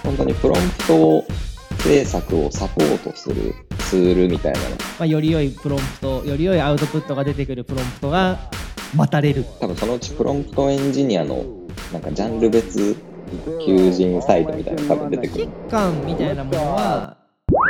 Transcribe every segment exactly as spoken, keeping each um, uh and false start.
本当にプロンプト制作をサポートするツールみたいなの、 まあ、より良いプロンプト、より良いアウトプットが出てくるプロンプトが待たれる。 多分そのうちプロンプトエンジニアのなんかジャンル別求人サイトみたいなの多分出てくる。 期間みたいなものは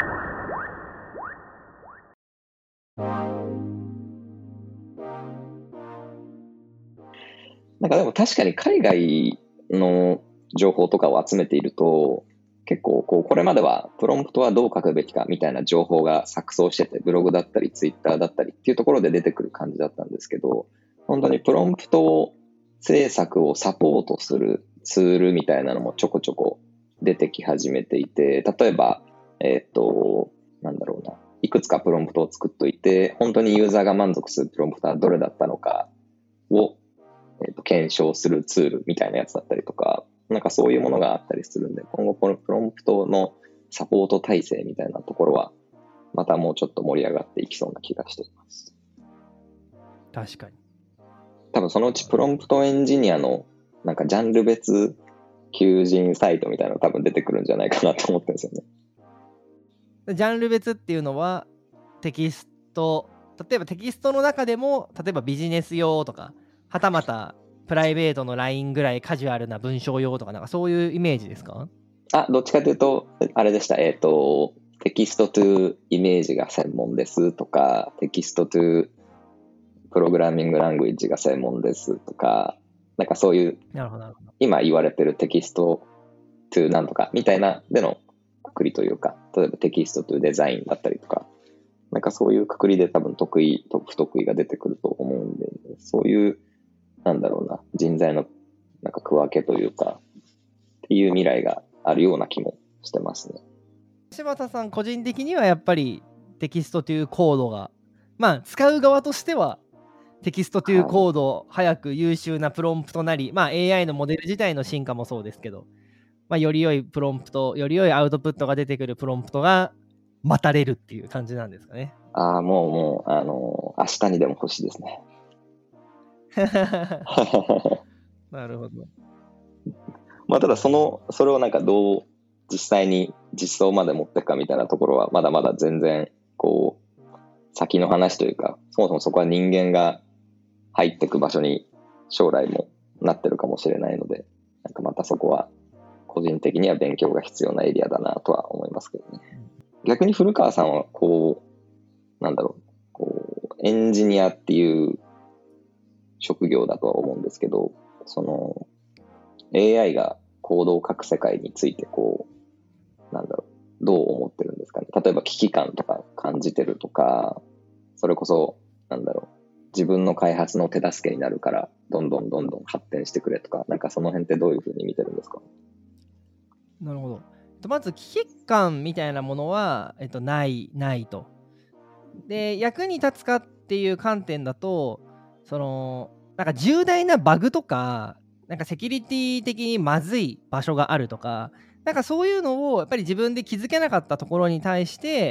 なんかでも確かに海外の情報とかを集めていると、結構こうこれまではプロンプトはどう書くべきかみたいな情報が錯綜してて、ブログだったりツイッターだったりっていうところで出てくる感じだったんですけど、本当にプロンプト制作をサポートするツールみたいなのもちょこちょこ出てき始めていて、例えばえっとなんだろうな、いくつかプロンプトを作っといて、本当にユーザーが満足するプロンプトはどれだったのかをえー、と検証するツールみたいなやつだったりとか、なんかそういうものがあったりするんで、今後このプロンプトのサポート体制みたいなところはまたもうちょっと盛り上がっていきそうな気がしています。 確かに。 多分そのうちプロンプトエンジニアのなんかジャンル別求人サイトみたいなの多分出てくるんじゃないかなと思ってるんですよね。 ジャンル別っていうのはテキスト、例えばテキストの中でも、例えばビジネス用とか、はたまたプライベートの ライン ぐらいカジュアルな文章用とか、なんかそういうイメージですか？ あ、どっちかというとあれでした。えっとテキストトゥイメージが専門ですとか、テキストトゥプログラミングラングエッジが専門ですとか、なんかそういう今言われてるテキストトゥなんとかみたいなでのくくりというか、例えばテキストトゥデザインだったりとか、なんかそういうくくりで多分得意と不得意が出てくると思うんで、そういうなんだろうな、人材のなんか区分けというかっていう未来があるような気もしてますね。 柴田さん個人的にはやっぱりテキストというコードが、まあ使う側としてはテキストというコードを早く優秀なプロンプトなり、まあ エーアイ のモデル自体の進化もそうですけど、まあ、より良いプロンプト、より良いアウトプットが出てくるプロンプトが待たれるっていう感じなんですかね。 ああ、もうもうあの明日にでも欲しいですね。 なるほど。 まあただそのそれをなんかどう実際に実装まで持っていくかみたいなところはまだまだ全然こう先の話というか、そもそもそこは人間が入っていく場所に将来もなってるかもしれないので、なんかまたそこは個人的には勉強が必要なエリアだなとは思いますけどね。逆に古川さんはこうなんだろう、こうエンジニアっていう職業だとは思うんですけど、その エーアイ がコードを書く世界についてこうなんだろう、どう思ってるんですかね。例えば危機感とか感じてるとか、それこそなんだろう、自分の開発の手助けになるからどんどんどんどん発展してくれとか、なんかその辺ってどういうふうに見てるんですか？ なるほど。まず危機感みたいなものは、えっと、ないないと。で役に立つかっていう観点だと、そのなんか重大なバグとか、なんかセキュリティ的にまずい場所があるとか、なんかそういうのをやっぱり自分で気づけなかったところに対して、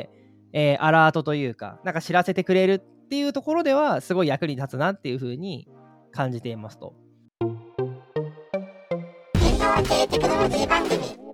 えーアラートというか、なんか知らせてくれるっていうところではすごい役に立つなっていう風に感じていますと。 電脳系テクノロジー番組